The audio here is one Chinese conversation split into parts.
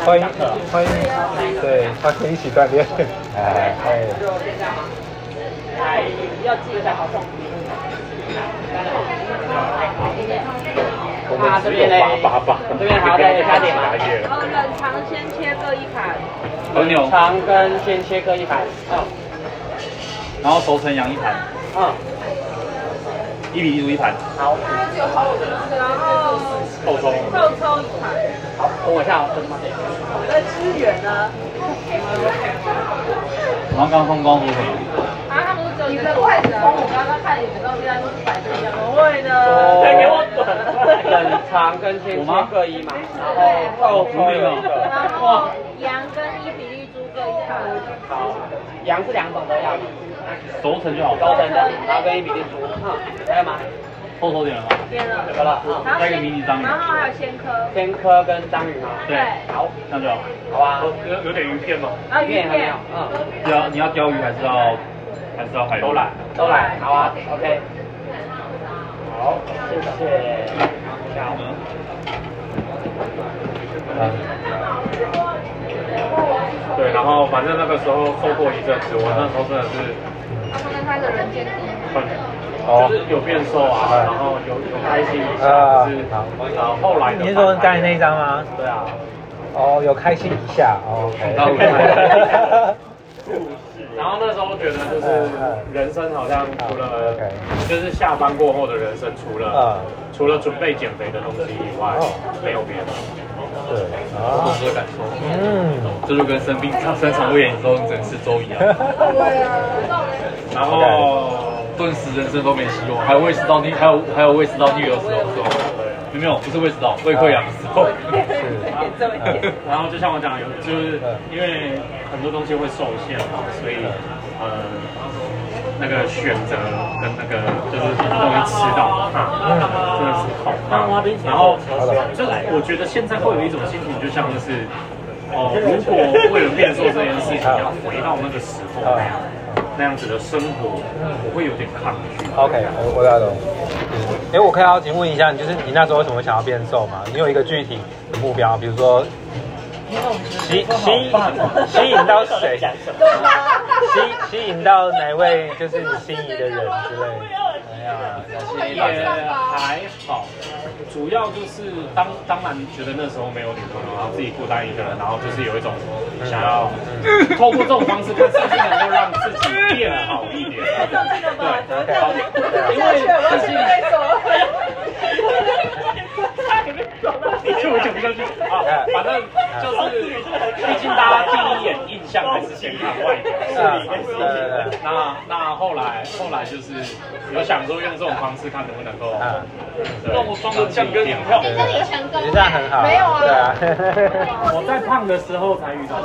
欢迎，对，欢迎一起锻炼。 要记得好重。 我们这边嘞， 这边还要再加点吗？ 冷肠先切各一盘。 冷肠跟先切各一盘。 然后熟成羊一盘。1比1猪一盘。 好。 然后豆葱一盘。 好，等我一下， 我在支援呢。 然后刚风光说什么？ 他们只有你的筷子从我刚刚看你们到现在都是摆这样，怎么会呢？ 给我滚！冷肠跟先切各一嘛，然后豆葱然后羊跟1比1猪各一盘。 好，羊是2种都要。 熟成就好。 熟成的，然后跟1比1猪。还有吗？ 后头点了吗？ 点了。 有了。 再一个迷你章鱼。 然后还有鲜科。 鲜科跟章鱼吗？ 对。好，那就好。 好吧。 有点鱼片吗？ 啊，鱼片还没有。 你要鲷鱼还是要海都来。好啊 ，OK。好，谢谢。好。 对，然后反正那个时候收过一阵子，我那时候真的是， 他们跟他的人间第一， 就是有变瘦啊，然后有开心一下，就是后来的。 你是说刚才那一张吗？ 对啊。 哦，有开心一下，OK。 然后那时候觉得就是人生好像除了就是下班过后的人生，除了准备减肥的东西以外，没有别的。 对， 我懂这个感受。这就跟生肠胃炎的时候你只能吃粥一样。 对啊。 然后顿时人生都没希望，还有胃食道逆，还有胃食道逆流的时候，没有，不是胃食道，胃溃疡的时候。 然后就像我讲，就是因为很多东西会受限嘛，所以那个选择跟那个就是容易吃到真的是好怕。然后就是我觉得现在会有一种心情，就像是如果为了变瘦这件事情要回到那个时候那样子的生活，我会有点抗拒。 OK， 我了懂。我可以请问一下，就是你那时候为什么想要变瘦吗？你有一个具体的目标，比如说吸引到谁？吸引到哪位就是你心仪的人之类的？ 也还好，主要就是当然觉得那时候没有女朋友，然后自己孤单一个人，然后就是有一种想要透过这种方式，看是不是能够让自己变好一点。对，因为毕竟。我讲不下去啊，反正就是，毕竟大家第一眼印象还是先看外表，那后来就是有想说用这种方式看能不能够让我装的像跟你跳， 你这里成功， 这样很好， 没有啊？ 对啊， 我在胖的时候才遇到。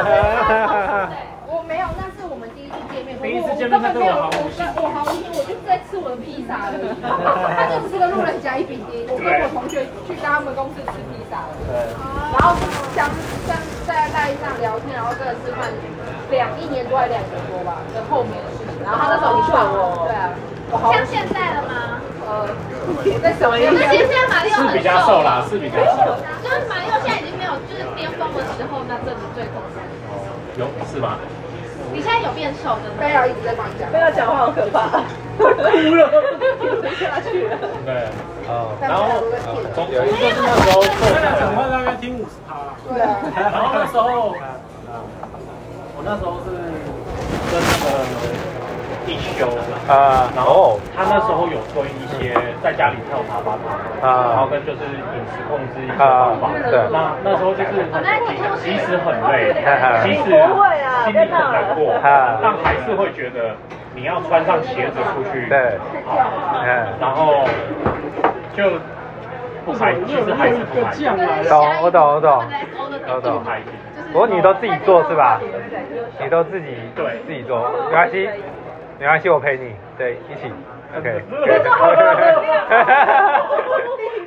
我没有，那是我们第一次见面。 第一次见面，那对我毫无兴趣。 我毫无兴趣，我就是在吃我的披萨而已。他就只是个路人甲乙丙丁。我跟我同学去跟他们公司吃披萨了。对。然后像在赖上聊天，然后跟人吃饭，1年多还2年多吧的后面的事情。然后他那时候已经胖了。对啊。像现在了吗？在什么意思？那现在马里奥是比较瘦啦，是比较瘦。 就是马里奥现在已经没有就是巅峰的时候那阵子最痛苦。 有是吗？ 你现在有变瘦的吗？贝尔一直在帮你讲， 贝尔讲话好可怕，哭了，听不下去了。 对，然后有一个是那时候讲话大概听50%。 对啊。 然后那时候，我那时候是跟那个一休然后他那时候有推一些在家里跳塔巴塔然后跟就是饮食控制一些方法。对，那时候就是其实很累，其实心里很难过，但还是会觉得你要穿上鞋子出去，对，然后就不开心，其实还是不开心。 我懂。不过你都自己做是吧？你都自己做，没关系，我陪你，对，一起 ，OK。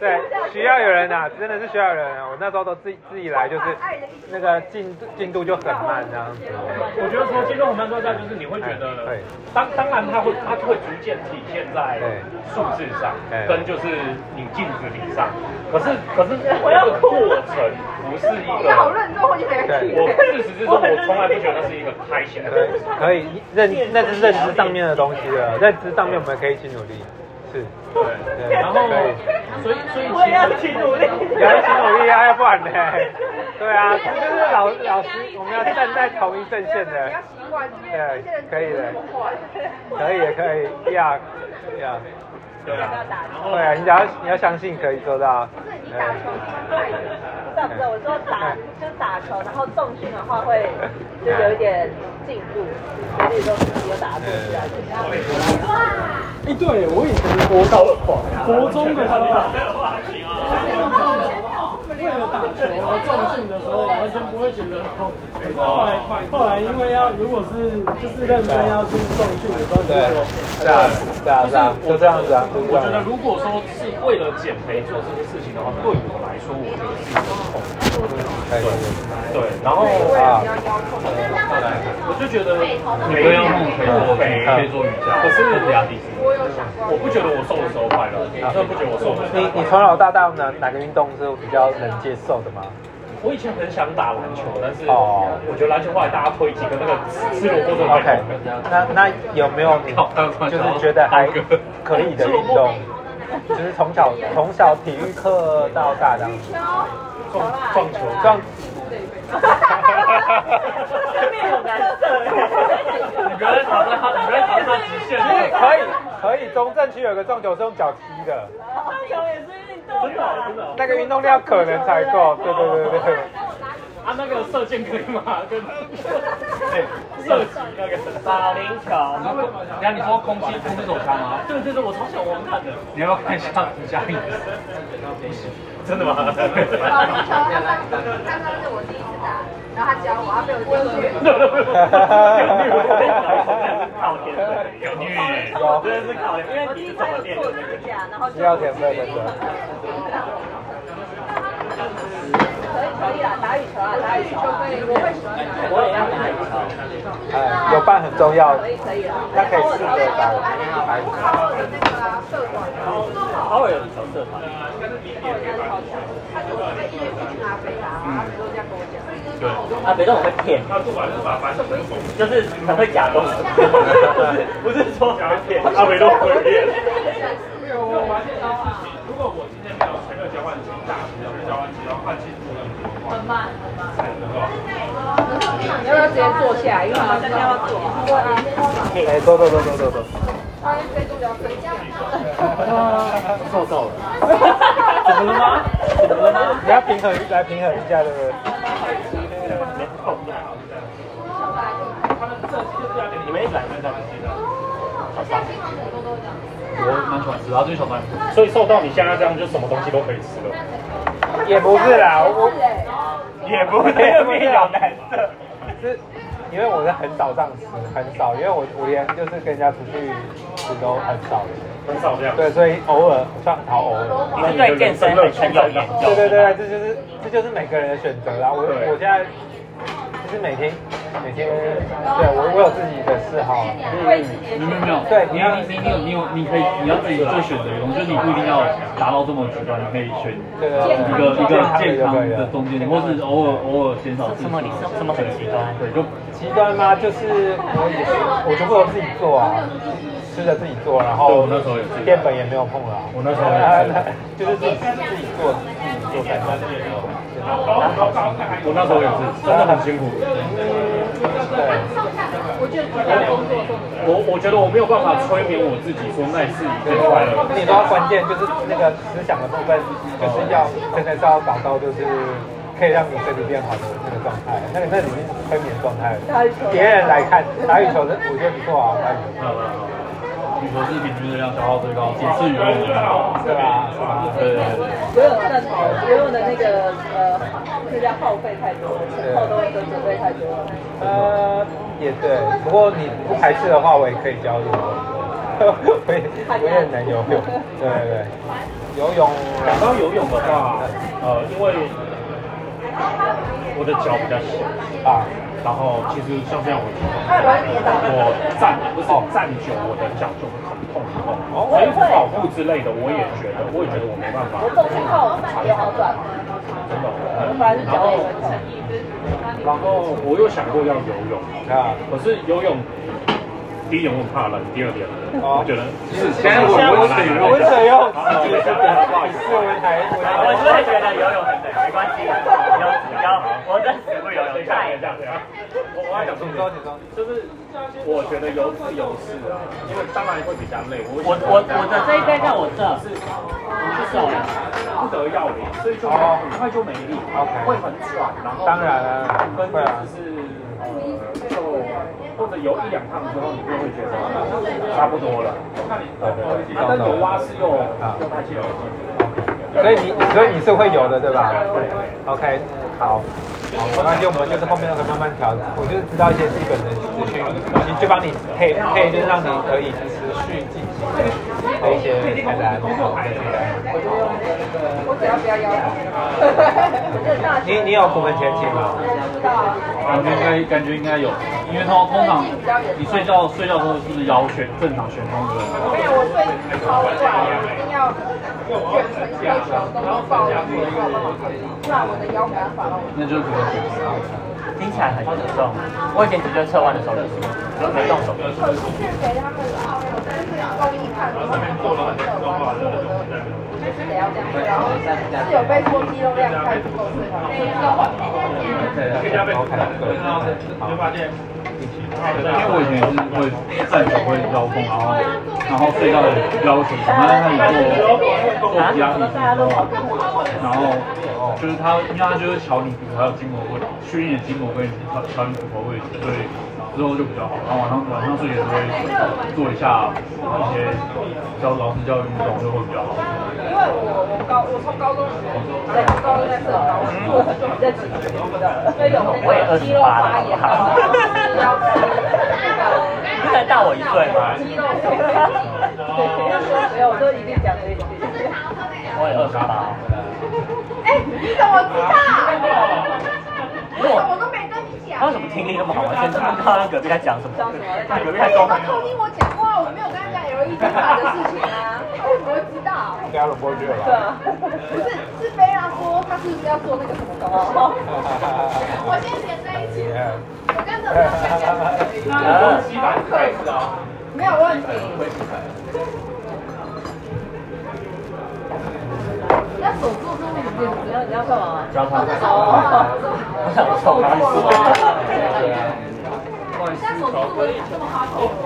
对，需要有人啊，真的是需要有人啊。我那时候都自己来，就是那个进度就很慢这样子。 我觉得说进度很慢之后，就是你会觉得，当然它会逐渐体现在数字上，跟就是你镜子里上。可是那个过程不是一个。 好认真，我就没我事实是说，我从来不觉得那是一个开心的过程。 可以那是认知上面的东西了，认知上面我们可以一起努力。是，对，然后所以我也要一起努力， 要一起努力啊，要不然呢？对啊，就是老师，我们要站在同一阵线的。 你要习惯， 对，可以的，可以呀。 对啊， 对啊，你要相信可以做到。 不是你打球太不是，我说打球，然后重训的话会就有一点进步，所以说自己有打出来。 对，我以前国中的时候。为了打球而重训的时候，完全不会觉得痛。可是后来因为如果是就是认真要去重训的时候，就说是啊，就这样子啊。 我觉得如果说是为了减肥做这些事情的话，对我来说，我觉得是一个痛。对，然后我就觉得你不要弄可以做瑜伽， 可是我不觉得我瘦的时候快乐，我真的不觉得我瘦的时候。 你从小到大哪个运动是比较能接受的吗？ 我以前很想打篮球，但是我觉得篮球后来大家推几个那个吃萝卜的太痛了。 那有没有你就是觉得还可以的运动？就是从小体育课到大这样子。 撞球。 面有难色。 你不要再挑战他极限了。 可以，中正区有个撞球是用脚踢的。 撞球也是运动。 真的。 那个运动量可能才够，对。 那个射箭可以吗？跟射击那个保龄球。 你说空气手枪吗？ 对，我从小玩看的。 你要不要看一下吴佳颖？ 真的吗？ 保龄球刚刚是我第一次打，然后他教我，他被我丢去。 考验，有女，真的是考验，因为你是怎么练的？ 需要天分的。 可以啦，打羽球可以，我会喜欢打。我也要打羽球。 有伴很重要。 可以啦。 那可以试着打羽球。 社团， 偶尔有球社团。 他就在音乐剧阿北啊，他都这样跟我讲。 对。 阿北这种会骗，就是很会假东西，不是说骗， 阿北都会骗。 如果我今天没有全热交换机，大学的交换机，然后换气出了很慢。 你要不要直接坐下来？因为好像要坐。 哎，坐。 他飞度要睡觉。 瘦了。 怎么了吗？ 你要平衡一下，对不对？ 你们一来就这样子的。 我蛮喜欢吃，然后就是小白。 所以瘦到你现在这样，就什么东西都可以吃了。 也不是啦， 也不是面有难色， 是因为我是很少上吃，很少，因为我连就是跟人家出去吃都很少这样。 对，所以偶尔算好偶尔。 你是对健身很有研究。 对，这就是每个人的选择啦。我现在就是每天，对我有自己的嗜好。 没有。对，你要自己做选择，我觉得你不一定要达到这么极端，你可以选一个健康的中间，或是偶尔减少自己。 什么很极端？ 对，就极端吗？就是我就不能自己做啊，吃的自己做，然后淀粉也没有碰了。 我那时候也是， 就是自己做菜。 我那时候也是，真的很辛苦。我觉得我没有办法催眠我自己说那是一件快乐。 你说关键就是那个思想的部分，就是要真的是要找到就是可以让你身体变好的那个状态，那已经是催眠状态了。别人来看打羽球，我觉得不错啊，打羽球。 羽球是平均热量消耗最高，仅次于游泳。 对吧？ 对。 游泳的那个这叫耗费太多了，前后都准备太多了。 也对，不过你不排斥的话，我也可以教游泳。我也能游泳。对。 游泳， 讲到游泳的话，因为我的脚比较小啊，然后其实像这样我站久，我的脚就会很痛，所以跑步之类的，我也觉得我没办法。 我重心靠也好转， 真的。 然后我又想过要游泳啊，可是游泳。第一点我很怕冷，第二点我觉得是现在温水用， 不好意思，我就会觉得游泳很冷，没关系，我真死不游泳，看也这样。 我还想说，就是我觉得游是游是啊，因为当然会比较累。 我的这一杯在我这是不得要领，所以就很快就没力，会很喘，然后当然了， 会啊，就或者游1-2趟之后，你就会觉得差不多了。对，但游蛙是又太气了。 所以你是会游的对吧？对。OK， 好。没关系，我们就是后面会慢慢调。我就是知道一些基本的资讯，就帮你配，就是让你可以持续进行的一些菜单。 我只要不要腰。 你有虎门前倾吗？ 感觉应该有，因为通常你睡觉的时候是不是腰正常旋风的？ 没有，我睡超快，一定要全程睡球都抱着我，不然我的腰没办法让我。 那就是听起来很严重。我以前只觉得侧弯的时候就没动手。 可是去给他们公益看，他们做了侧弯，可是我的就是得要这样，然后是有被说肌肉量太不够，所以因为我以前也是会站久会腰痛，然后睡觉也腰疼，但是他做皮拉提之后，然后就是他，因为他就是调你骨头还有筋膜位，训练筋膜跟调你骨头位置，所以之后就比较好。然后晚上睡前都会做一下一些老师教的运动，就会比较好。 因为我从高中在社高，我就比较紧，所以有那个肌肉发炎，要吃你才大我1岁吗？ 肌肉没有，我都一定讲这一句。 我也28。 哎，你怎么知道？为什么都没跟你讲？ 他为什么听力那么好？完全听不到隔壁在讲什么。隔壁在沟通。 他偷听我讲话，我没有跟他讲 LED 法的事情啊，他为什么会知道？ 给他拢过去了。 对啊。不是，是菲拉说他是不是要做那个什么东西？我先连在一起。我跟着他西南开始啊。 没有问题。那手做这么简单， 你要干嘛？ 教他。 我想抽他。 现在手做这么好看。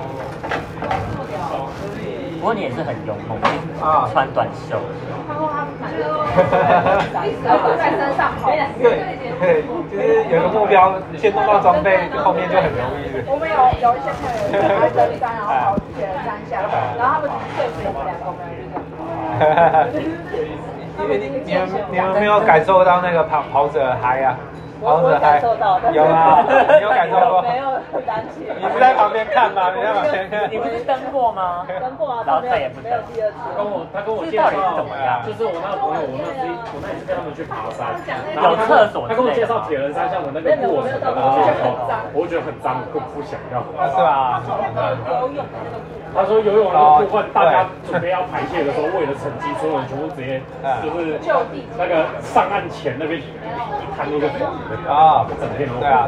不过你也是很勇猛，穿短袖。 他说他买的，在身上跑。 对，就是有个目标，先弄到装备，后面就很容易。 我们有一些朋友他登山，然后跑铁人三项，然后他们最肥的2公里就这样。 因为你们没有感受到那个跑者嗨啊？ 我感受到， 有啊，你有感受过？ 没有很担心。 你是在旁边看吗？你在旁边看？ 你不是登过吗？ 登过啊， 然后再也不没有第2次。 他跟我介绍怎么样？就是我那个朋友，我那一次跟他们去爬山， 有厕所。 他跟我介绍铁人三项的那个过程，然后我觉得很脏，不想要。 是吧？ 他说游泳那个部分，大家准备要排泄的时候，为了成绩，所有人全部直接就是那个上岸前那边一滩都是黄的啊，整片都。对啊。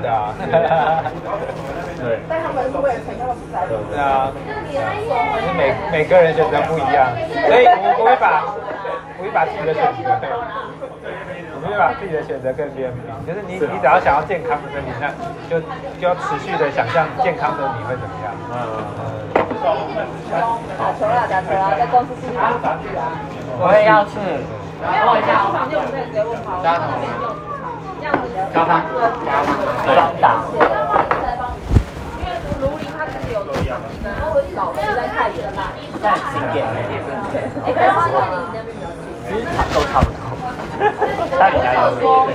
对。 但他们是为了成绩比赛。 对啊。就是每个人选择不一样，所以我不会把自己的选择，我不会把自己的选择跟别人比，就是你只要想要健康的身体，那就要持续的想象健康的你会怎么样。 打球啦，在公司是打去啊。 我也要去。 没有，家长就不能直接问他，家长这样子的。 教他。双打。 因为卢林他自己有做场地，然后老师在太远了， 在景点那边。 可是他说你那边比较近。 其实都差不多。他应该有说，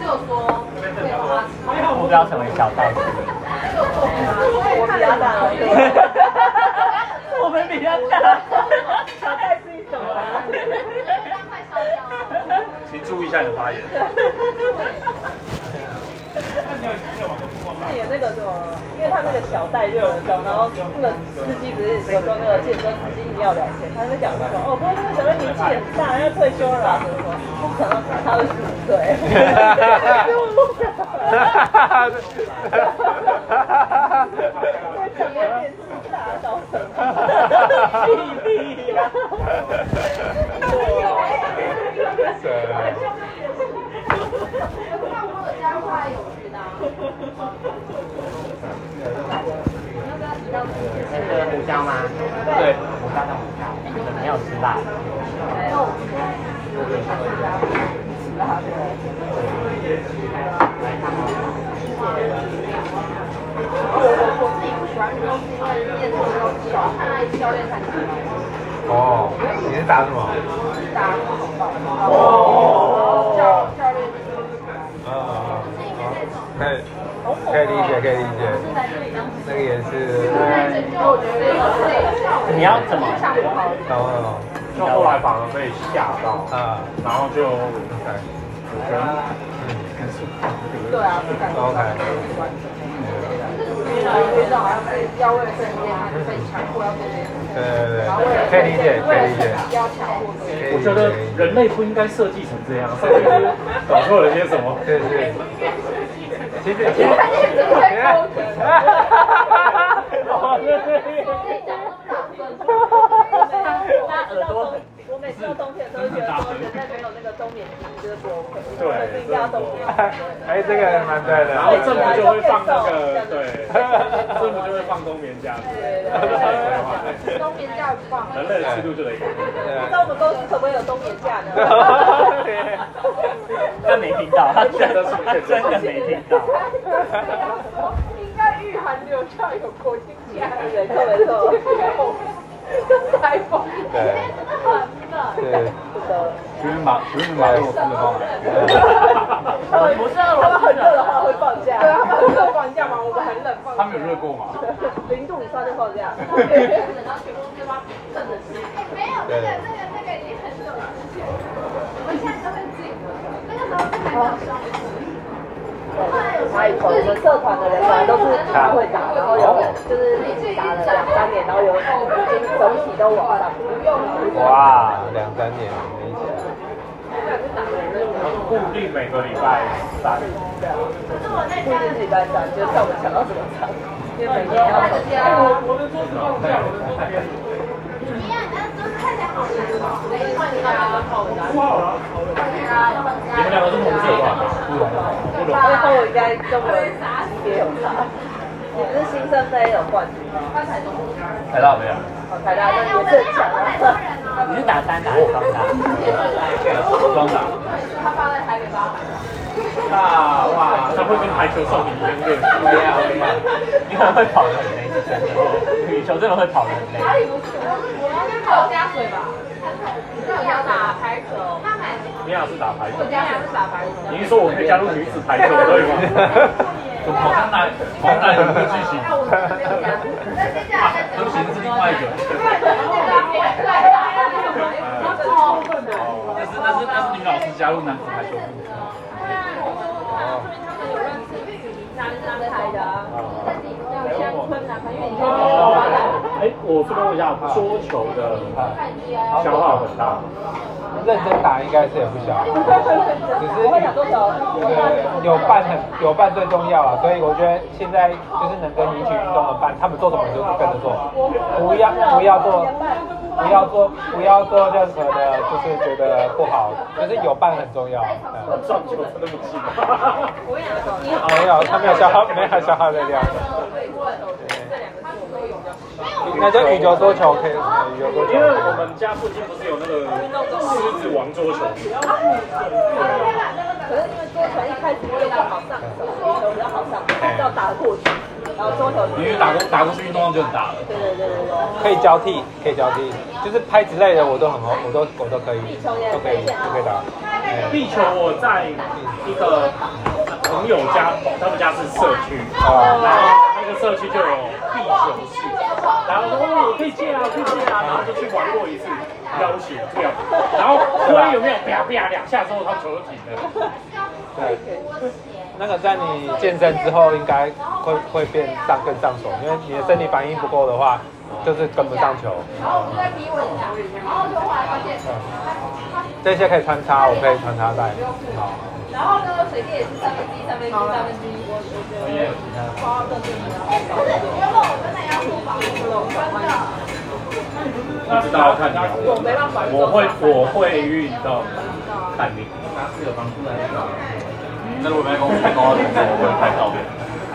目标成为小袋子。 我比较大而已。 我们比较大。 小袋是一种啊。 请注意一下你的发言。 是演那个什么，因为他那个小带热的时候，然后那个司机不是有时候那个健身司机一定要聊天，他就讲说，哦，不过那个小妹年纪很大，要退休了，什么什么，不可能，他25岁。小妹年纪大，小陈，屁屁呀！ 是胡椒吗？ 对， 胡椒的胡椒，没有吃辣。 没有，吃辣的。我自己不喜欢运动是因为练做都是教练看起来。 哦，你是打什么？ 打红包。 哦。 教练。 可以理解，可以理解。那个也是。 你要怎么？ 就后来反而被吓到，然后就对啊 ，OK。 运动好像是要为了训练，他就被强迫要做这样。 对，可以理解，可以理解。 要强迫做。 我觉得人类不应该设计成这样，设计师搞错了些什么？ 对。其实， 我每次到冬天都会觉得说，人类没有那个冬眠机，就是不 OK， 对， 不应该要冬眠。 哎，这个蛮对的。 然后政府就会放那个，对，政府就会放冬眠假。 对，冬眠假不放。 人类的尺度就得改。 不知道我们公司可不可以有冬眠假呢？ 他没听到，他真的没听到。 应该御寒流效有国庆假， 没错。 跟台风。 对。 学员把俄罗斯的放来。 他们很热的话会放假。 对，他们很热放假嘛，我们很冷放假。 他们有热过吗 ？0度以上就放假。 然后全公司吗？真的是。没有，那个已经很久了。我们现在都会进了，那个时候是还没有上。 我们社团的人本来都是他会打，然后有就是一起打了2-3年，然后有就是整体都往上。 哇，2-3年没起来。 固定每个礼拜3。 固定礼拜3，就看我们想到什么场，因为每天要回家。 我的桌子放这样，我的桌子边。 看起来好难哦。 不好了。你们2个是同事吧？ 不懂。最后应该中文也有差。你不是新生杯有冠军吗？ 台大没有。 台大也是很强啊。 你是打单打还是双打？ 双打。 他放在台北帮。 哇，他会跟排球少年一样练。 你可能会跑得很累，是真的。羽球真的会跑得很累。 哪里不是？我应该有加水吧？我要打排球。 你俩是打排球。 我家是打排球。 你是说我可以加入女子排球队吗？ 好像哪有一个剧情？对不起，这是另外一个。那是女老师加入男子排球部。 我是问一下，桌球的消耗很大。 认真打应该是也不小，只是有伴最重要了，所以我觉得现在就是能跟你一起运动的伴，他们做什么你就跟着做，不要做任何的，就是觉得不好，就是有伴很重要。 撞球真的不行。 没有，他没有消耗热量。那就羽球桌球可以， 因为我们家附近不是有那个狮子王桌球。 可是因为桌球一开始就不好上手，羽球比较好上手，要打过去，然后桌球因为打过去运动量就很大了。 对。 可以交替，就是拍之类的我都很好，我都可以，都可以打。 壁球我在一个朋友家，他们家是社区，然后那个社区就有壁球室，然后说我可以借啊，然后就去玩过一次， 要血这样，然后推有没有啪啪2下之后，他球就停了。 对，那个在你健身之后应该会变更上手，因为你的身体反应不够的话，就是跟不上球。 然后我们再逼问一下，然后就后来发现， 这些可以穿插，我可以穿插带。 然后呢，水电也是3分之一，我觉得花更多。不是，原本我真的要做防护了，真的。 不知道看你，我会运动，看你。 那如果没公司高的我会拍照片。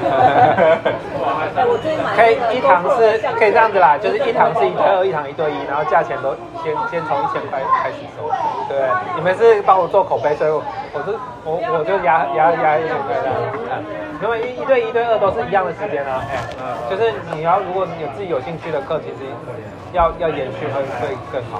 可以一堂是可以这样子啦，就是一堂是1对2，一堂1对1，然后价钱都先从1000块开始收。对，你们是帮我做口碑，所以我就压1000块这样。因为1对1对2都是一样的时间啊，就是如果你有自己有兴趣的课，其实要延续会更好。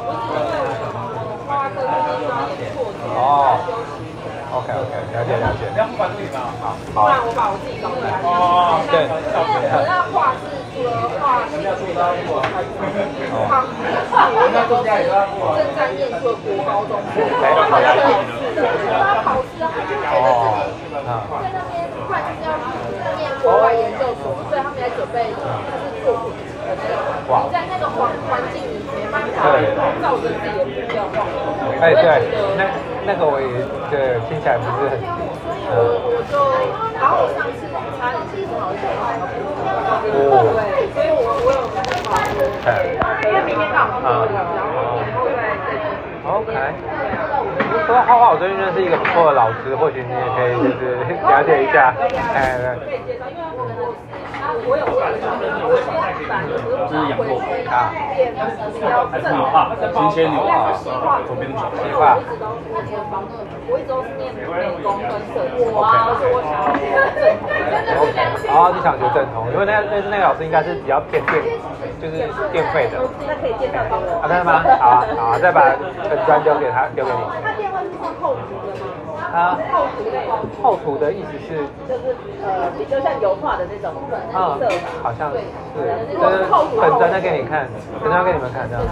哦。OK， 了解。 不要不管自己吧， 好。 不然我把我自己搞出来。 哦，对。 我那画是除了画西服的旁边有一个都是正在念书的国高中生，他考试的，他考试他就觉得自己在那边快就是要念国外研究所，所以他们在准备就是作品集的那种。你在那个环境里没办法照着自己的步调画。 对，那个我也对，听起来不是很。 我就，然后我上次差点其实好像对，所以我有跟他讨论，因为明天刚好然后以后再继续。 OK。说到画画，我最近认识一个不错的老师，或许你也可以就是了解一下。 可以介绍，因为我有这是羊驼啊，比较正化， 新鲜牛化，左边的小西化。我一直都是念美工跟设计，可是我想要学正统。 哦，你想学正统，因为那个老师应该是比较偏就是电费的。 那可以介绍给我。 真的吗？好，再把本专丢给你。 他电话是送厚图的吗？厚图类。 厚图的意思是？ 就是比较像油画的那种色法。 好像是。就是本专再给你看，本专给你们看这样子。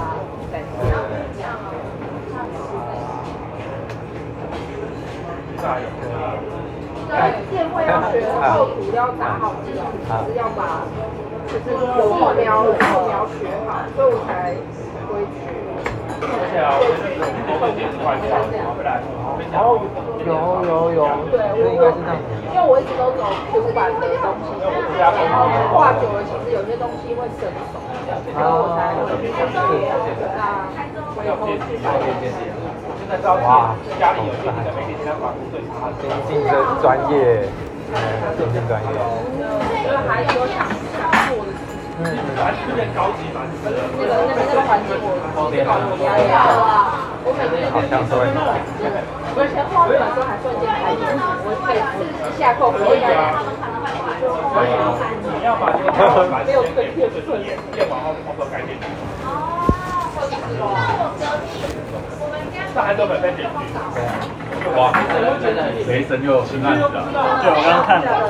电绘要学厚图要打好基础，就是要把就是有素描学好，所以我才回去。有，对，应该是这样子。因为我一直都走Q版的东西，然后画久了，其实有些东西会生手，所以我才回去学。那我以后去买一些。 哇， 家里有些那个媒体现在管控最差的， 精进的专业，精进专业。 因为还有想做的事情。 还是有点高级版的。 那个环境我其实搞得压力大啊。我每天好像是会。 我以前画本都还算简单一点，我可以自己下课回家。 你要把这个没有这个电网号操作概念。那还都本在点击。 哇，雷神又有新案子了。对，我刚刚看了。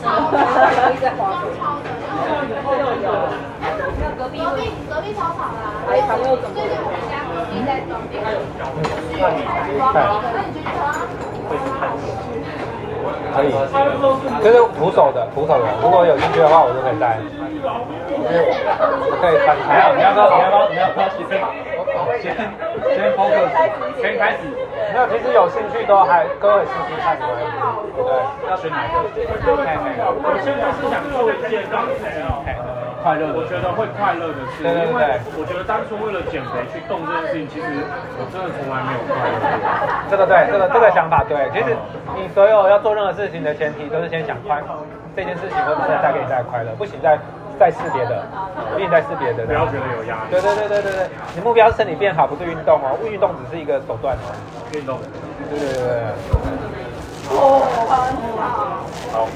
隔壁操场啦，还旁边有怎么？家隔壁在旁边。那你觉得可以，就是徒手的。如果有兴趣的话，我就可以带。我可以穿插。 你要不要先 focus， 先开始。 没有，其实有兴趣都各位试试看。对， 要选哪个？ 我现在是想做一件刚才快乐的， 我觉得会快乐的事，因为我觉得当初为了减肥去动这件事情，其实我真的从来没有快乐过。 这个想法对。其实你所有要做任何事情的前提都是先想这件事情会不会带给你带来快乐，不行再试别的，不行再试别的。 不要觉得有压力。 对，你目标是身体变好，不是运动哦，运动只是一个手段哦。 运动。 对。 哦，很好。 好。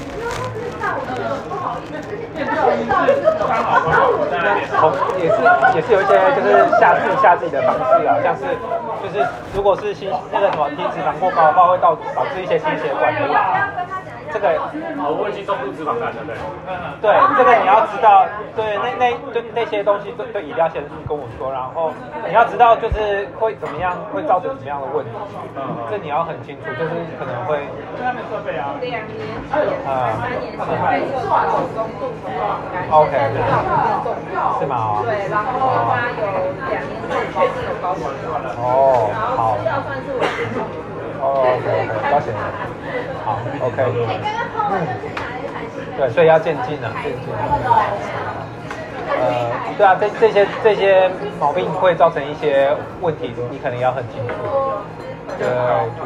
也是有一些就是下自己的方式啊，像是就是如果是那个什么体脂肪过高的话，会导致一些心血管的这个我已经重度脂肪肝了，对。 对，这个你要知道，对那些东西都一定要先跟我说，然后你要知道就是会怎么样，会造成什么样的问题，这你要很清楚，就是可能会。2年前、3年前做完手工肚子肝，OK， 是吗？对，然后他有2年内确定有高血压。哦，好。吃药算是稳定控制。 OK， 高血压。好 ，OK。对，所以要渐进啊，渐进。对啊，这些毛病会造成一些问题，你可能要很清楚。对，就是。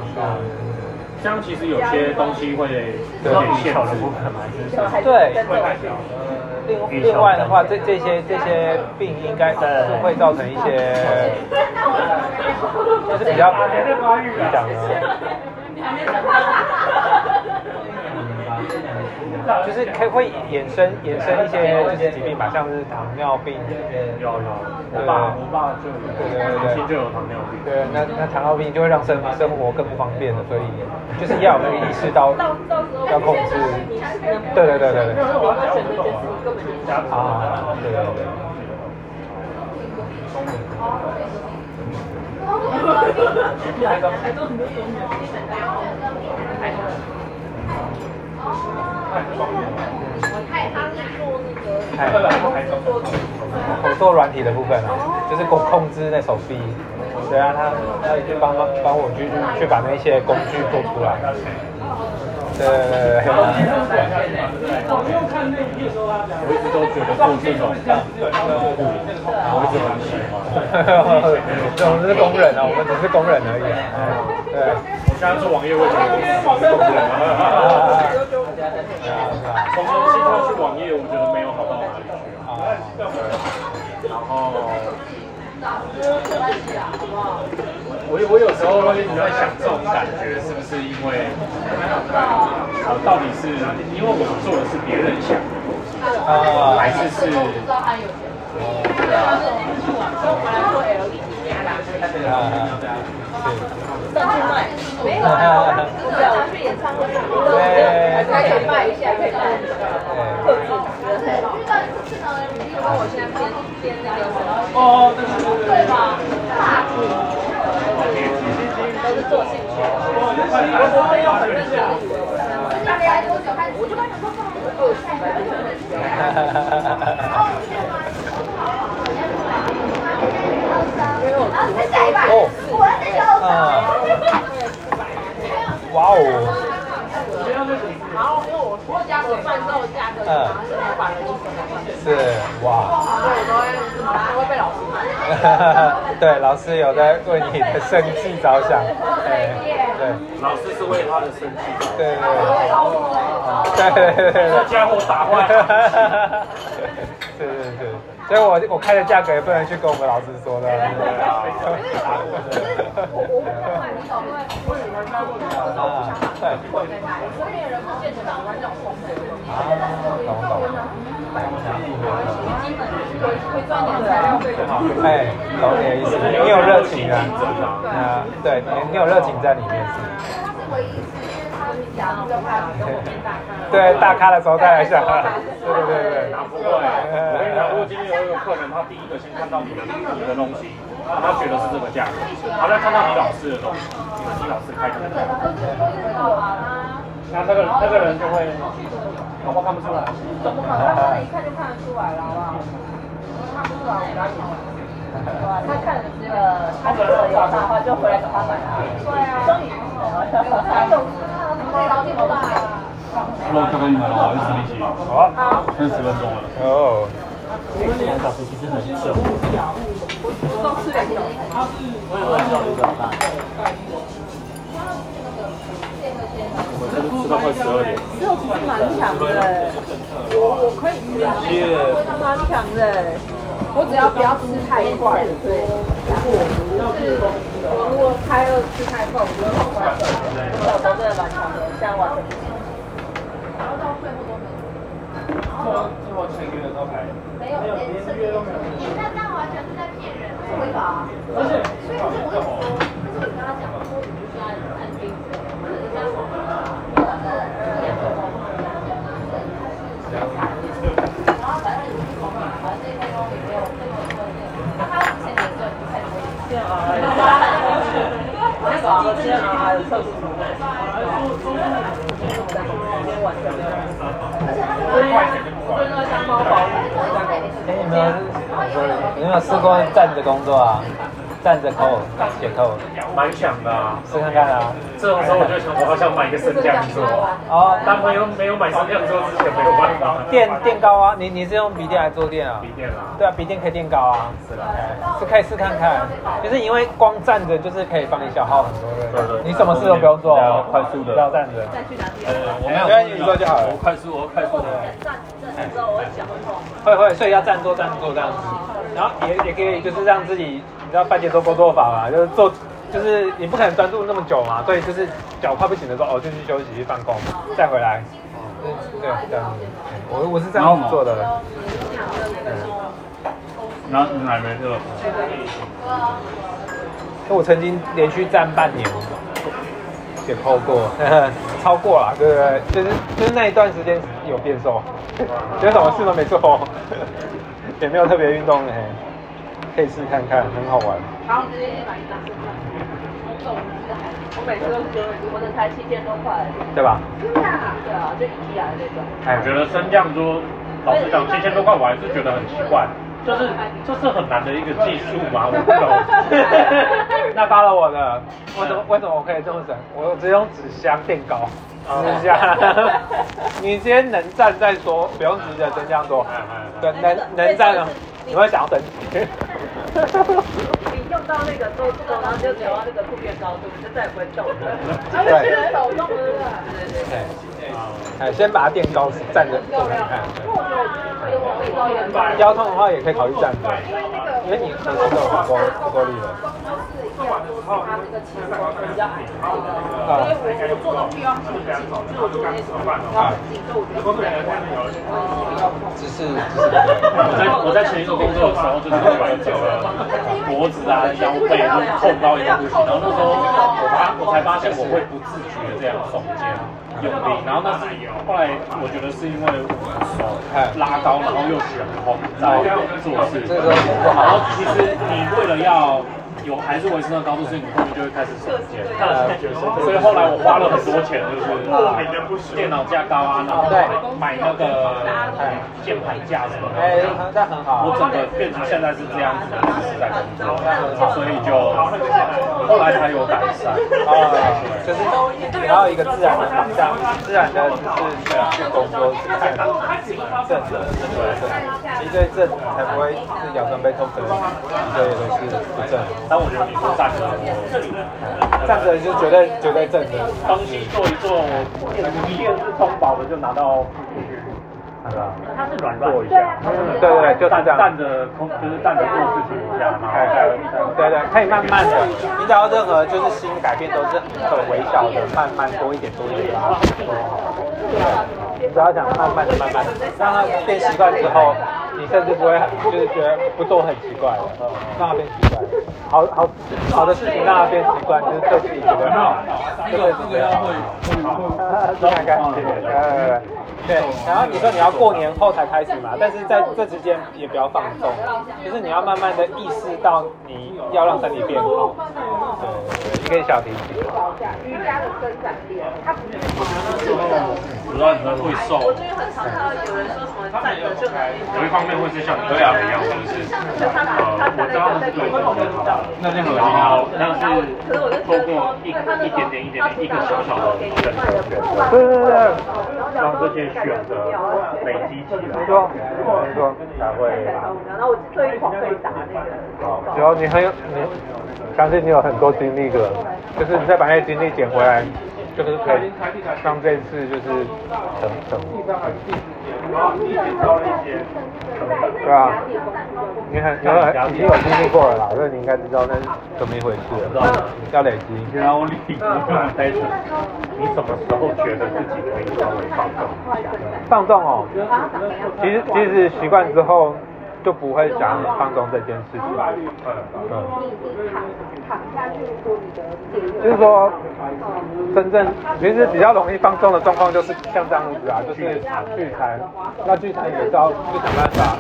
像其实有些东西会有点限制的部分嘛， 对。另外的话，这些病应该是会造成一些，就是比较怎么讲呢？就是会衍生一些就是疾病吧，像是糖尿病。 有，我爸就年轻就有糖尿病。 对，那糖尿病就会让生活更不方便了，所以就是要有那个意识到要控制。对。 我要选择就是根本就是啊，对。我做软体的部分啊，就是控制那手臂，对啊，他就帮我去把那些工具做出来。对。 我一直都觉得做这种我一直很喜欢。 我们是工人啊，我们只是工人而已。对。 我现在做网页，我也觉得我是工人啊。从东西跳去网页，我觉得没有好到哪里去啊。然后，我有时候会一直在想，这种感觉是不是因为，到底是因为我们做的是别人想的东西，还是上去卖，没有啊，我去演唱会，还可以卖一下，可以卖一下，特制。遇到市场的履历，跟我现在编那个对吧？都是做兴趣。我没有很认真的以为我大概多久开始？我就跟你说哇哦！ 然后因为我加个贩售价格，然后是把人是哇。 都会被老师对，老师有在为你的生计着想。对， 老师是为他的生计。 对。 这家伙打坏。 对。所以我开的价格也不能去跟我们老师说的。哎，懂你的意思，你有热情啊，对，你有热情在里面是。对，大咖的时候再来想。对。 不会，我跟你讲，如果今天有一个客人，他第一个先看到你的东西，他觉得是这个价格，他再看到你老师的东西，你老师开的价格，那这个人就会，搞不好看不出来。 怎么可能？一看就看得出来了，好不好？看不出来，我哪里？他看这个，他觉得有的话就回来找他买啊。对啊，终于。 肉这个你买了好像10分钟，好啊，10分钟了。 哦。 2小时其实很久。 都吃2小时。 我也2小时怎么办？我们这是吃到快12点。 肉其实蛮强的，我可以预约，蛮强的。我只要不要吃太快，对。我如果开2吃太快，我就很快手。手真的蛮强的，现在完全不行。然后到最后都没有。 最后签约都还没有，连约都没有。那这样完全是在骗人，是违法啊。而且，所以我跟你说，但是我跟他讲说，你不需要看病，或者人家说， 你有没有试过站着工作啊？站着扣写扣， 蛮想的啊， 试看看啊。 这种时候我就想，我好想买一个升降桌。哦，当朋友没有买升降桌之前没有办法。 垫高啊，你是用笔电来做垫啊？ 笔电啊。 对啊，笔电可以垫高啊。是啦，是可以试看看。就是因为光站着就是可以帮你消耗很多热。你什么事都不用做， 快速的， 不要站着。 再去哪里？ 我没有，你做就好了。 我快速的。 站之后我会脚痛。 会，所以要站坐这样子，然后也可以就是让自己。你知道半节奏工作法嘛？就是做，就是你不可能专注那么久嘛，所以就是脚快不行的时候，就去休息，去放空，再回来。对，这样子。我是这样子做的。 然后你哪没热？ 我曾经连续站半年，也扣过，超过了，对不对？就是那一段时间有变瘦，就是什么事都没做，也没有特别运动可以试看看，很好玩。 好，直接买一张。我每次都说，我的才7000多块， 对吧？ 对啊，就IKEA的那种。 我觉得升降桌，老实讲，7000多块我还是觉得很奇怪，就是这是很难的一个技术嘛，我不懂。 那发了我的，为什么我可以这么省？我只用纸箱垫高。纸箱，你今天能站再说，不用急着升降桌。对，能站了，你会想要升级。 你用到那个之后，然后就走到那个铺垫高度，就再也不会动了。 对， 手动的。 对。先把它垫高，站着做看看。腰痛的话也可以考虑站着，因为你核心都有不够力了。 它那个气比较矮，所以我做东西要很紧，就是我做那什么，要很紧，所以我觉得姿势。 我在前一个工作的时候，就是我整个脖子啊、腰背都痛到一个不行，然后那时候我才发现我会不自觉这样耸肩用力，然后那是后来我觉得是因为我手拉高，然后又悬空在做事，然后其实你为了要还是维持那个高度，所以你后面就会开始耸肩。所以后来我花了很多钱，就是电脑架高啊，然后买那个键盘架什么的。 那很好。 我整个变成现在是这样子的姿势在工作，所以就后来才有改善。 就是你要一个自然的方向，自然的姿势去工作，是看正的，脊椎正才不会是腰酸背痛，可能脊椎也会是不正。 但我觉得你是站着， 站着就绝对正的。 东西做一做，电是充饱的就拿到它是软做一下， 对，就站着就是站着做事情一下，然后对，可以慢慢的，你只要任何就是新改变都是很微小的，慢慢多一点啦。只要讲慢慢的，让它变习惯之后，你甚至不会就是觉得不做很奇怪了，让它变习惯。好的事情让它变习惯，就是对自己觉得好，这个要会看看，对。然后你说你要过年后才开始嘛，但是在这之间也不要放纵，就是你要慢慢的意识到你要让身体变好。对，你可以小提醒。 瑜伽的伸展练，它不是。 主要你们会瘦。 我最近很常看到有人说什么站着就能。 有一方面会是像你这样一样，就是我知道那是对的，那是核心啊，那是透过一点点一个小小的选择，让这些选择累积起来， 没错， 才会。 然后我推广会打那个。 只要你相信你有很多经历的，就是你再把那些经历捡回来，就是可以让这次就是成。对啊，你已经有经历过了啦，所以你应该知道那是怎么一回事了。要累积。 然后你什么时候觉得自己可以稍微放纵一下？ 放纵哦，其实习惯之后， 就不会想放纵这件事情。 躺下去说你的节奏。 就是说，真正其实比较容易放纵的状况就是像这样子啊，就是聚餐。那聚餐也是要去想办法，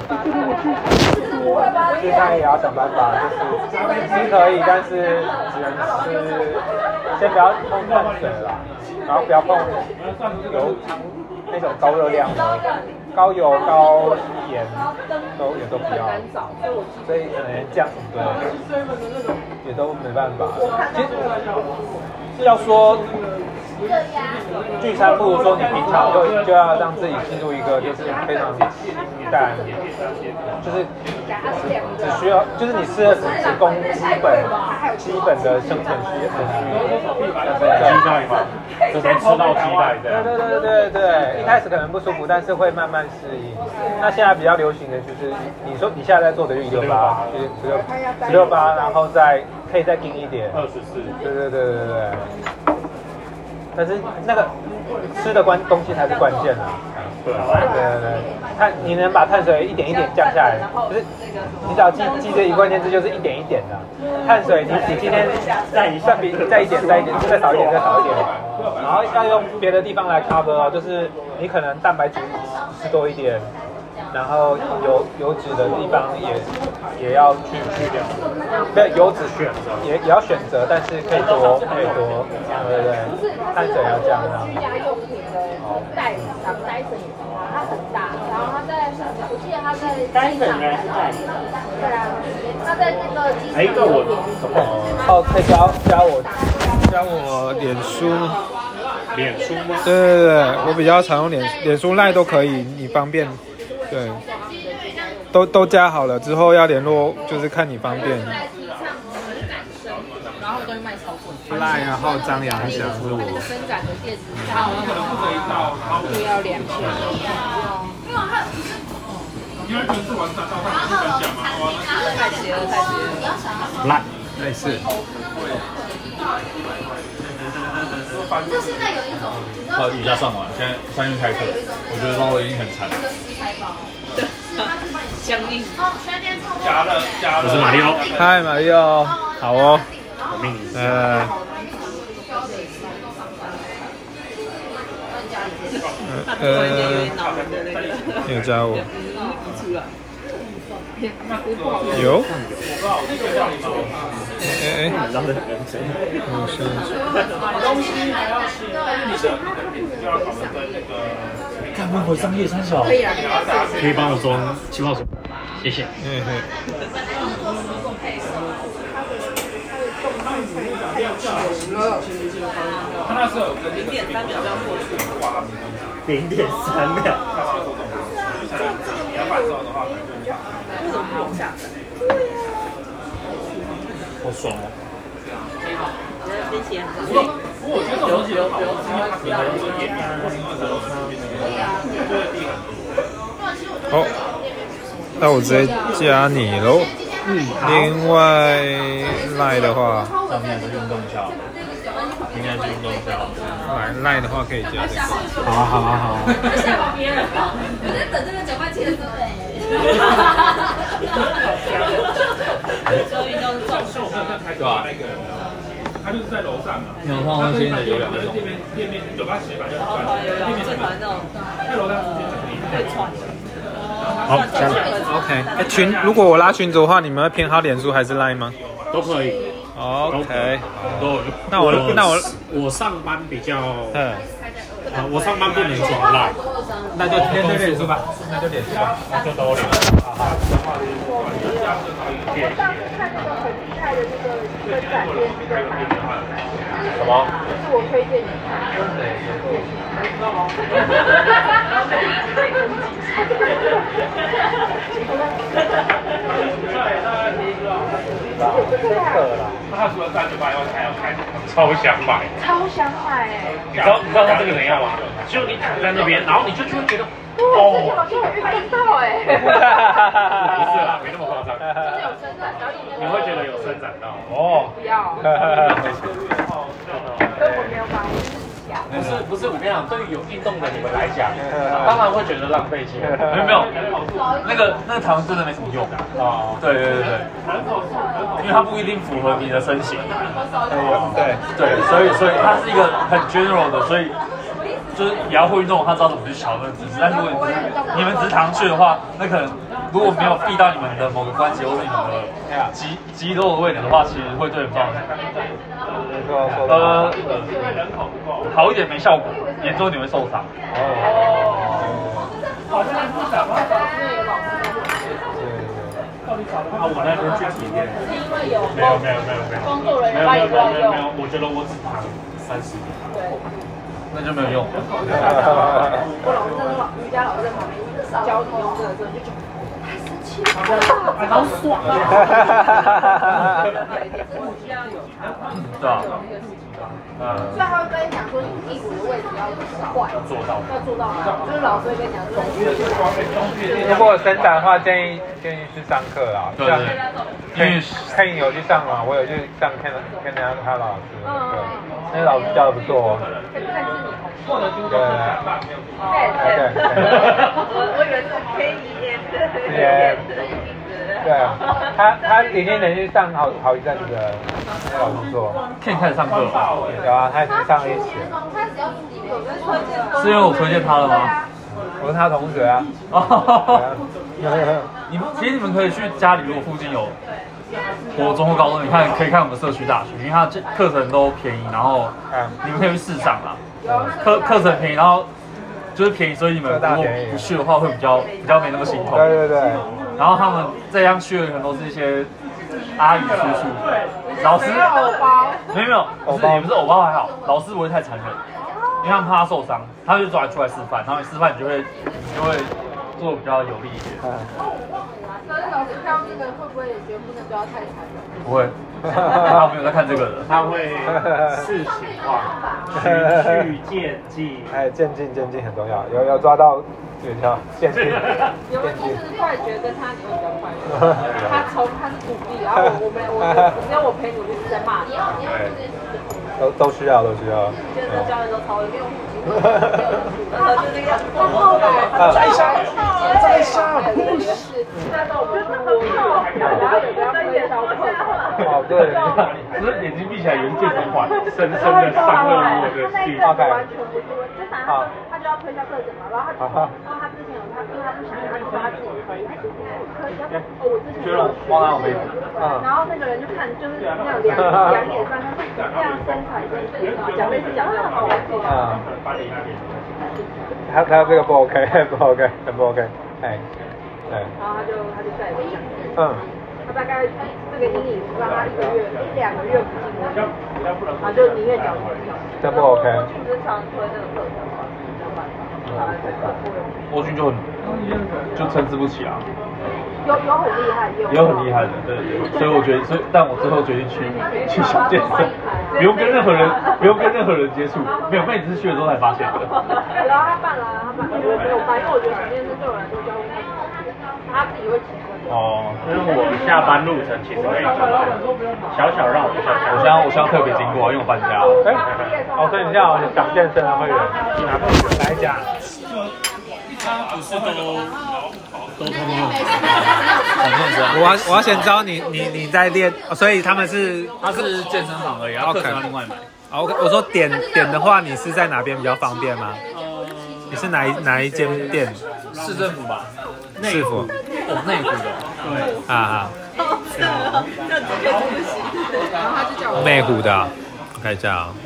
聚餐也要想办法，就是吃可以，但是只能吃，先不要碰碳水啦，然后不要碰油那种高热量的、高油高盐也都不要，所以可能酱对也都没办法。其实是要说聚餐，不如说你平常就要让自己进入一个就是非常清淡，就是只需要就是你吃的只供基本的生存需求， 鸡蛋嘛，就是吃到鸡蛋这样。 对，一开始可能不舒服，但是会慢慢适应。那现在比较流行的就是你说你现在在做的就168，就是168，然后可以再紧一点，24，对。但是那个吃的东西才是关键啊！对，你能把碳水一点一点降下来，就是你只要记这一个关键字，就是一点一点的。碳水你今天再一点，再少一点，然后要用别的地方来 cover 哦，就是你可能蛋白质吃多一点。然后油脂的地方也要去掉，对，油脂也要选择，但是可以多，对，碳水要降啊。 居家用品的戴森也是它很大，然后我记得它在戴森原来是戴森， 对啊，它在那个机场可以加我脸书吗？对，我比较常用脸书 LINE 都可以，你方便。对，都加好了之后要联络，就是看你方便。 然后都会卖超贵。 赖，然后张扬翔是我。 伸展的电子它就要2000。太邪了。 赖，类似。 就现在有一种， 雨下上完，现在3月开课，我觉得稍微已经很惨了。 相应。 我是马里奥。 嗨，马里奥，好哦。 我命你。 你有加我？有。 干嘛回商业3小？可以帮我装气泡水，谢谢。 他那时候有0.3秒这样过去 0.3秒。 你要反手的话， 为什么不用下载？ 好爽哦！ 之前我觉得这种东西有好，那我直接加你喽。另外赖的话， 上面是运动效，应该是运动效。 赖的话可以加这个。 好。 我在等这个9块钱的时候，所以运动重对吧？他就是在楼上嘛。 你有放新的有2个。 店面酒吧洗吧，就有最讨厌那种在楼上会串的。 好，OK。如果我拉群组的话，你们会偏好脸书还是 LINE 吗？ 都可以。 OK。 那我上班比较，我上班不能装 LINE， 那就脸书吧，那就都脸。 我们上次看那个很厉害的那个伸展电视在哪里？ 什么？ 就是我推荐你看。 他除了398以外，还要开超想买。 你知道他这个怎样吗？就你躺在那边，然后你就会觉得， 哦，好像有运动到哎。 不是啦，没那么夸张。 就是有伸展到你会觉得有伸展到不要。跟我没有关系。 不是，我跟你讲，对于有运动的你们来讲，当然会觉得浪费钱。没有，那个台湾真的没什么用啊。对，因为它不一定符合你的身形。对，所以它是一个很 general 的，所以就是也要会运动，他知道怎么去调那个姿势。但如果你们只是常去的话，那可能如果没有避到你们的某个关节或是你们的肌肉的位置的话，其实会对你造成好一点没效果，严重一点会受伤。我那天去体验，没有， 工作人员把你乱用， 没有，我觉得我只躺30年，那就没有用。 我老师瑜伽老师在旁边教你用这个时候，就觉得好爽啊！ 对啊。 所以他会跟你讲说，你屁股的位置要换， 要做到， 就是老师会跟你讲说， 如果伸展的话，建议去上课啦。 对， 因为Ken有去上嘛，我有去上Ken他老师的课，那老师教的不错哦。对。 我以为是KEM。 对啊，他连续连续上好一阵子的，那老师说。 Ken 开始上课了。 有啊，他上了一期。 是因为我推荐他了吗？ 我是他同学啊。 其实你们可以去家里，如果附近有国中或高中，你看可以看我们社区大学，因为它课程都便宜，然后你们可以去试上啦。课程便宜，然后就是便宜，所以你们如果不去的话，会比较没那么心痛。 对。 然后他们这样去的可能都是一些阿姨叔叔，老师没有，也不是偶包还好，老师不会太残忍，因为他们怕他受伤，他就抓你出来示范，然后你示范你就会做得比较有力一点。 可是老师教那个会不会也觉得不能不要太残忍？ 不会，他没有在看这个的， 他会视情况，循序渐进。 渐进很重要，有抓到诀窍，渐进。 有没有就是快觉跟他你会比较快？他是鼓励，然后只有我陪努力是在骂你。 都需要。 健身教练都超没有腹肌，就那样，再上，那到我们然后有人要推销课。 对， 只是眼睛闭起来有健身环，深深的上了我的心。 完全不是，就反正他就要推销课程嘛，然后他之前有因为他不想他就说他自己可以，我之前忘了我杯子。 然后那个人就看就是那种两眼上看这样身材跟讲类似讲那种好玩的。 他这个不 OK， 很不 OK。 然后他就再也不想。他大概这个阴影让他1-2个月不进步，他就宁愿缴钱。 这不 OK。 就是常推那个课程嘛， 欧军就参差不齐啊。 有很厉害， 也有很厉害的，对，所以我觉得，但我最后决定去小健身，不用跟任何人接触，没有，那你只是去的时候才发现的。 然后他办了，我觉得没有办，因为我觉得小健身对我来说交通他自己会骑车。 因为我下班路程其实可以小绕一下。 我现在特别经过，因为我搬家。 所以你像想健身的会员，来讲， 不是都通用。 我要先知道你在练，所以他是健身房而已，然后课程要另外买。 OK， 我说点的话，你是在哪边比较方便吗？你是哪一间店？ 市政府吧。 市府。 内湖的。对。 那直接不行。 然后他就叫我内湖的，我看一下啊。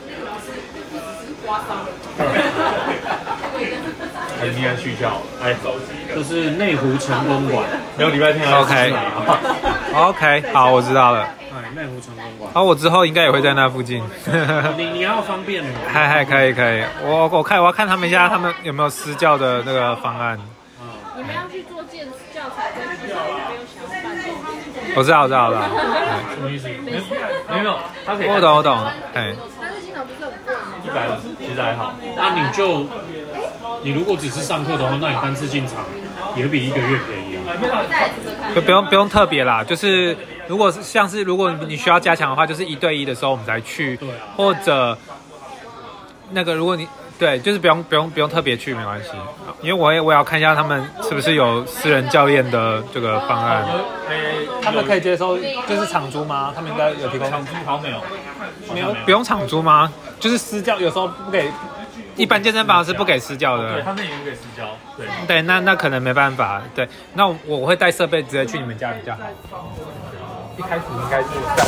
你应该去跳，就是内湖成功馆，没有礼拜天。OK， 好，我知道了。 内湖成功馆。 我之后应该也会在那附近。 你要方便吗？ 可以。我要看他们家他们有没有私教的那个方案。 你们要去做教材跟学校没有想办法。 我知道。 什么意思？没有，他可以。 我懂。 但是经常不是很贵吗 ？150，其实还好。那你如果只是上课的话，那你单次进场也比1个月便宜啊。 就不用特别啦，就是如果你需要加强的话，就是1对1的时候我们才去，或者那个如果你对，就是不用特别去没关系，因为我也要看一下他们是不是有私人教练的这个方案。他们可以接受就是场租吗？他们应该有提供。 场租好像没有， 不用场租吗？就是私教，有时候不给。一般健身房是不给私教的。 对，他们也不给私教。 对，那可能没办法。对，那我会带设备直接去你们家比较好。一开始应该是在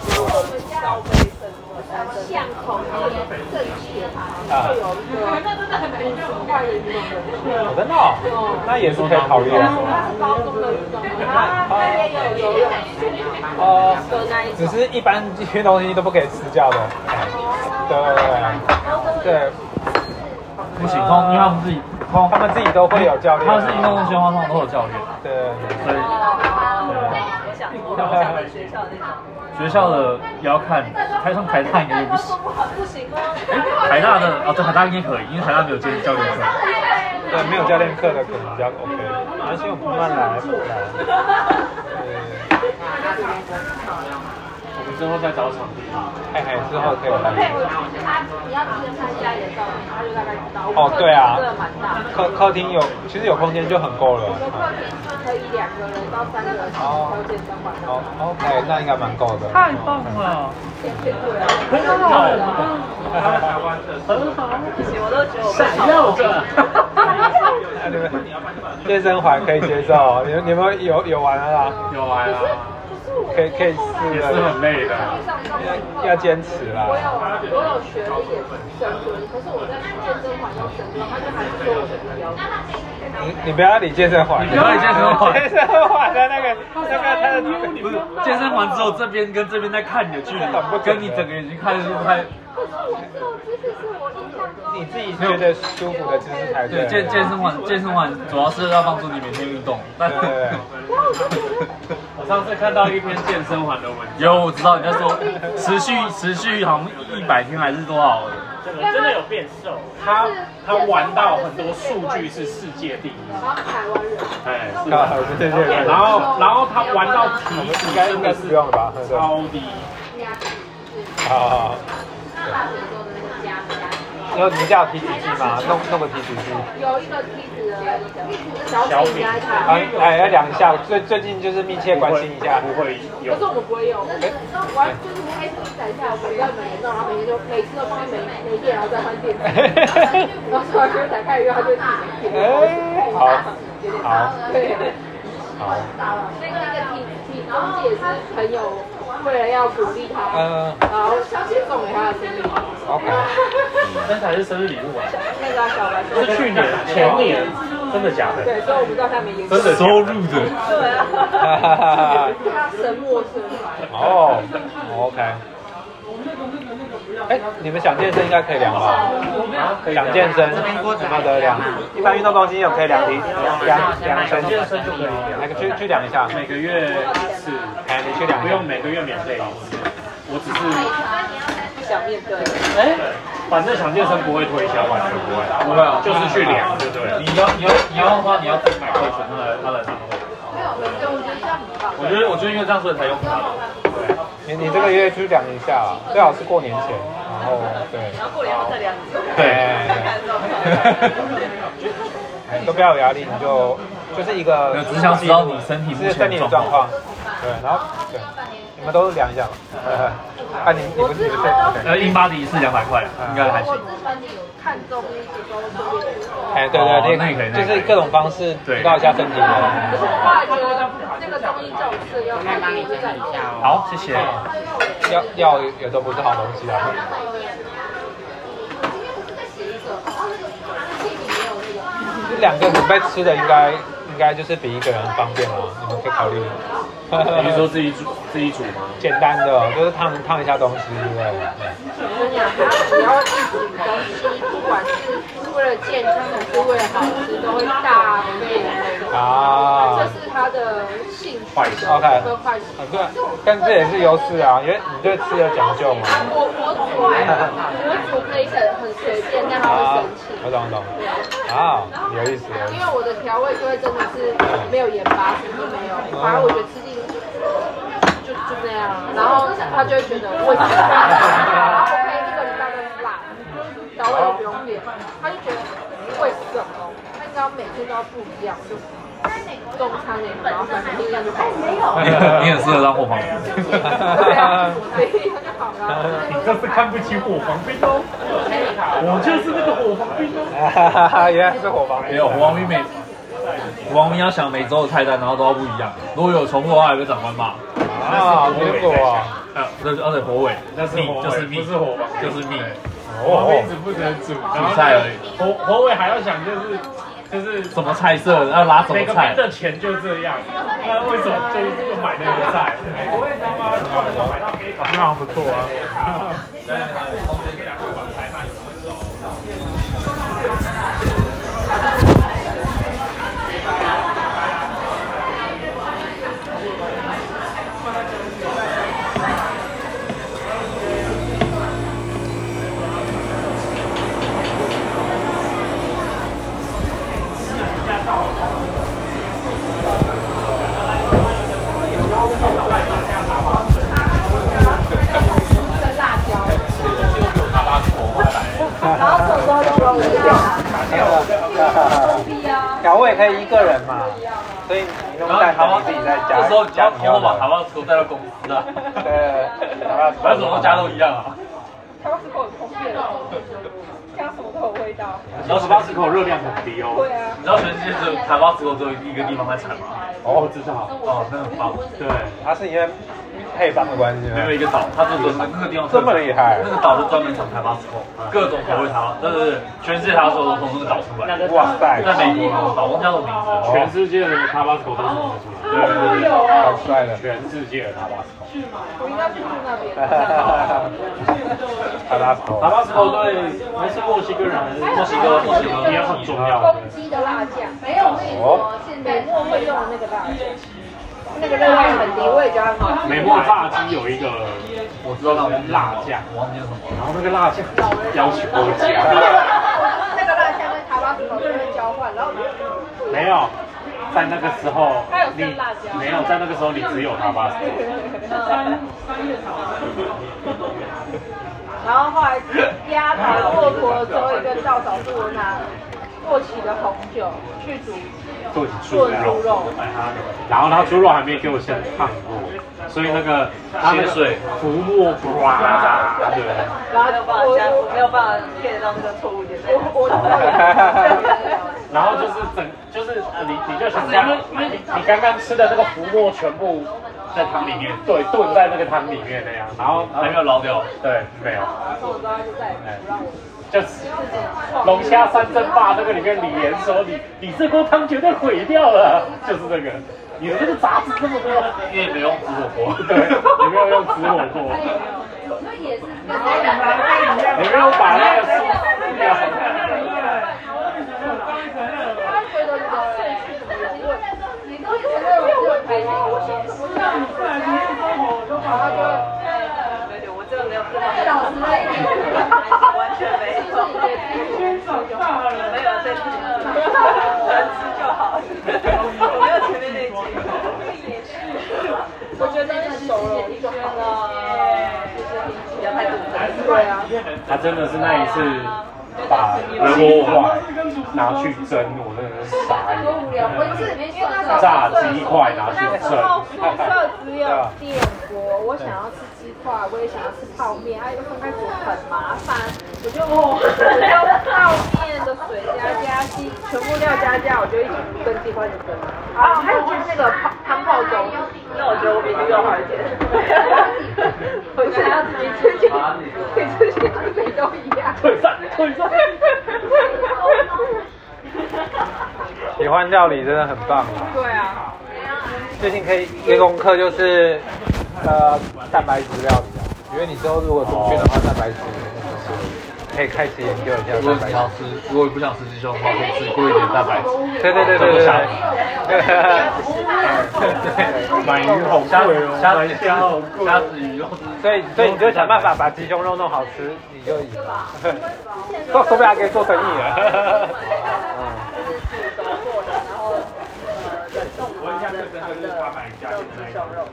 巷口那边正前就有一个，那真的很没用，坏人运动。 真的哦，那也是可以考虑的。 它是高中的运动，它也有游泳哦，只是一般运动东西都不可以私教的。对。 不行，因为他们自己都会有教练，他们是运动中心的话，通常都有教练。对，所以学校的也要看，上台大应该就不行。 不行吗？ 台大的对，台大应该可以，因为台大没有教练课。 对，没有教练课的可能比较 OK。而且我们慢慢来。 我们之后再找场地。 之后可以来。 你要记得看家里的照片，他就大概知道。 哦，对啊。 真的蛮大。 客厅其实有空间就很够了。 客厅可以2个人到3个人挑健身环。 OK， 那应该蛮够的。 太棒了。 很好。不行，我都觉得我闪耀着。 你们健身环可以接受？你们有玩了啦？ 有玩啊。 可以试的， 也是很累的， 要坚持啦。 我有学了一点深蹲，可是我在健身环用深蹲，他就还是说我的不标准。 你不要理健身环， 你不要理健身环， 健身环的那个他的不是健身环只有这边跟这边在看你的距离，跟你整个眼睛看是不太。 可是我这种姿势是我印象中你自己觉得舒服的姿势才对。 对，健身环主要是要帮助你每天运动。 对。 我上次看到一篇健身环的文章， 有我知道你在说持续好像100天还是多少的。 真的有变瘦，他玩到很多数据是世界第一， 台湾人， 对，然后他玩到体脂真的是超低， 好。你们家有体脂计吗？弄个体脂计。 有一个体脂的小饼来看。 要量一下。最近就是密切关心一下。 不会有。 可是我们不会用。就是等一下，我比较没弄，然后每次都放在没电，然后再换电池。然后突然才开始用，它就自己没电。 好。 对。好。那个体重计也是很有。为了要鼓励他，然后送给他的生日礼物。 OK， 那才是生日礼物啊！ 那个小白是去年、前年，真的假的？ 对，所以我不知道他没演。 真的收入的。 对啊。他神默生来。 哦 ，OK。你们想健身应该可以量吧？想健身有没有得量？一般运动中心有可以量身。 健身就可以量。 去量一下。 每个月1次。 你去量。 不用每个月免费1次。我只是不想面对。 反正想健身不会推销，完全不会。不会啊，就是去量，对不对？ 你要的话，你要自己买课程，他来上课。我觉得因为这样所以才用它。 对，你这个月去量一下，最好是过年前，然后对。 然后过年后再量。 都不要有压力，你就是一个只想知道你身体的状况。对，然后对，你们都量一下嘛。你不是 InBody 是200块，应该还行。 我之前有看中医的时候顺便去做。 对，那可以，就是各种方式提高一下身体的。 可是我后来觉得那个中医这种事要看你就站一下。 好，谢谢。 药有的不是好东西啊。这2个准备吃的应该就是比1个人方便了，你们可以考虑。 你是说自己煮吗？ 简单的，就是烫一下东西，对不对？ 我跟你讲，他只要一煮东西，不管是为了健康还是为了好吃，都会大倍啊。这是他的兴趣。 OK， 对，但这也是优势啊，因为你对吃的讲究嘛。 我煮可以很随便，但他会生气。 我懂。啊，有意思。 因为我的调味就会真的是没有盐巴，什么都没有，反而我觉得吃进就这样，然后他就会觉得为什么？然后我可以1个礼拜都是辣。 调味都不用变，他就觉得为什么？他应该每天都要不一样，就中餐也很麻烦，每天就好。 你很适合当伙房。 对啊，每天就好了。 你这是看不起伙房兵哦，我就是那个伙房兵哦。 原来是伙房兵。 没有伙房兵伙房兵要想每周的菜单，然后都要不一样。如果有重复的话，有个长官骂。 啊，苹果啊。 那对火尾， 那是蜜，就是蜜， 不是伙房， 就是蜜。 伙房只负责煮菜而已。 火尾还要想就是什么菜色，要拿什么菜？ 每个兵的钱就这样，那为什么就买那个菜？非常不错啊。 调味可以一个人嘛，所以你弄蛋挞你自己在家。 那时候加偷把塔巴斯科带到公司啊。 对， 反正什么家都一样啊。 塔巴斯科很方便啊，加什么都有味道。 你知道塔巴斯科热量很低哦。 对啊。 你知道全世界只有塔巴斯科只有一个地方在产吗？ 哦，知道。 哦，那很棒。 对， 它是因为配方的关系吗？ 没有一个岛，它这个那个地方这么厉害， 那个岛就专门产塔巴斯科，各种口味塔，对，全世界塔巴斯科都从那个岛出来。 哇塞， 在美国的岛，忘记叫什么名字。 全世界的塔巴斯科都是从这出来。 对， 好帅的， 全世界的塔巴斯科。 我应该去住那边。 塔巴斯科对，还是墨西哥人，墨西哥也很重要。 公鸡的辣酱，没有，我跟你说，美墨会用的那个辣酱。那个热量很低，我也觉得很好吃。 美墨炸鸡有一个， 我知道那辣酱， 我忘记了什么。 然后那个辣酱要求我加。 那个辣酱跟塔巴斯科就会交换，然后没有，在那个时候你没有，在那个时候你只有塔巴斯科。 然后后来压倒骆驼的最后一个稻草是我拿过期的红酒去煮做猪肉，然后他猪肉还没给我先烫过，所以那个他那个水浮沫哇，对， 然后我没有办法 get 到那个错误点。 然后就是你就想象，你刚刚吃的那个浮沫全部在汤里面，对，炖在那个汤里面那样，然后还没有捞掉， 对，没有。就是龙虾三珍霸那个里面李岩说你这锅汤绝对毁掉了，就是这个。你的这个杂质这么多， 因为没用纸火锅， 对，你没有用纸火锅，你没有把那个酥掉。 我真的没有知道，完全没有，没有这次，能吃就好，我没有前面那集。我觉得是熟了就好了，不要太过分。 对啊， 他真的是那一次把鸡块拿去蒸，我真的是傻眼。炸鸡块拿去蒸。 宿舍只有电锅，我想要吃鸡块，我也想要吃泡面，还有一个分开煮很麻烦，我就泡面的水加鸡，全部料加，我就一起跟鸡块一起蒸。啊，还有就是那个汤泡粥， 那我觉得我比你更好一点。 我想要自己吃起，你吃起谁都一样。 退散。 喜欢料理真的很棒啊！ 对啊， 最近可以一个功课就是蛋白质料理啊，因为你之后如果重训的话，蛋白质可以开始研究一下蛋白质。 如果不想吃鸡胸的话，可以吃贵一点蛋白质。 对。 买鱼好贵哦，虾好贵， 虾子鱼肉。 所以你就想办法把鸡胸肉弄好吃，你就赢了。做手表还可以做生意了。 我印象最深刻就是他买家里的那一种。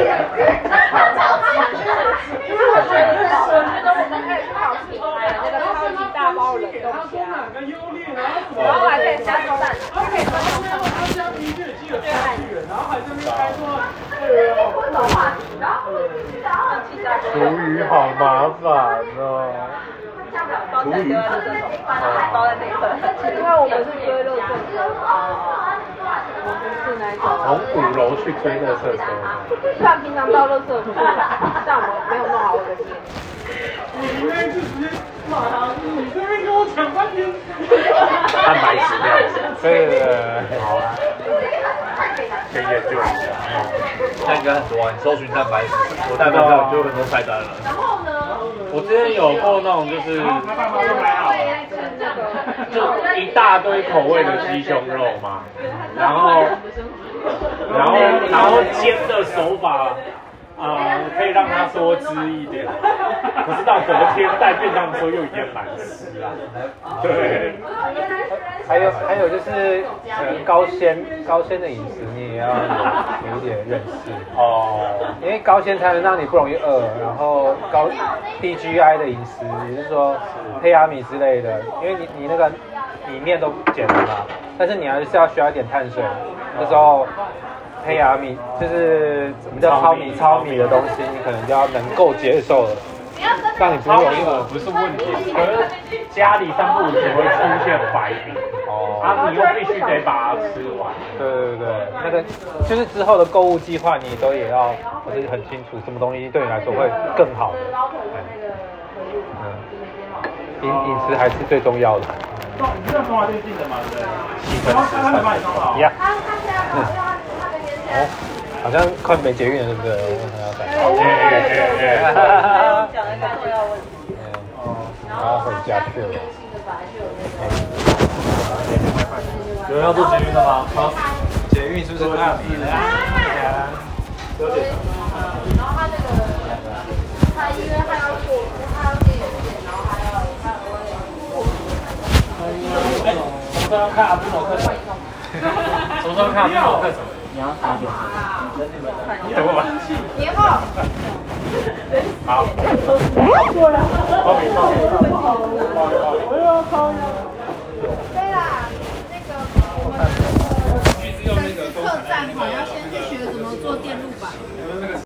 因为我觉得我们可以去好品牌的那个后冷冻虾，然后还可以加鸡蛋，还可以加鸡蛋。 厨余好麻烦哦。 厨余， 因为我们是追垃圾车，我们不是那一种。 从5楼去追垃圾车。 虽然平常到垃圾不是，但我们没有弄好我的店。 你应该是直接骂他，你这边跟我抢半天。 蛋白质量，对，好啊，可以研究一下。 那应该很多啊，你搜寻蛋白质，我蛋白质就有很多菜单了。 然后呢？ 我之前有过那种就是就一大堆口味的鸡胸肉嘛，然后煎的手法可以让它多汁一点，可是到隔天带便当的时候又腌难吃啊。对，还有就是高纤的饮食你也要有一点认识哦，因为高纤才能让你不容易饿，然后低 GI 的饮食，也就是说胚芽米之类的，因为你那个里面都减了嘛，但是你还是要需要一点碳水，这时候。胚芽米就是我们叫糙米的东西，你可能就要能够接受了，让你不容易饿不是问题。可是家里3不5时会出现白米，你又必须得把它吃完。对，那个就是之后的购物计划，你都也要就是很清楚，什么东西对你来说会更好的。饮食还是最重要的。 你这个中华店进的嘛，对不对？ 一样。好像快没捷运了，对不对？我还要讲一个重要问题。 然后回家去了。 有人要做捷运的吗？好， 捷运是不是那里？ 然后他那个，他因为他要做，他要接有线，然后还要。 什么时候要看阿布罗课程？什么时候看阿布罗课程？你要3点。 你等我吧。 年后。 好。 过来。报名。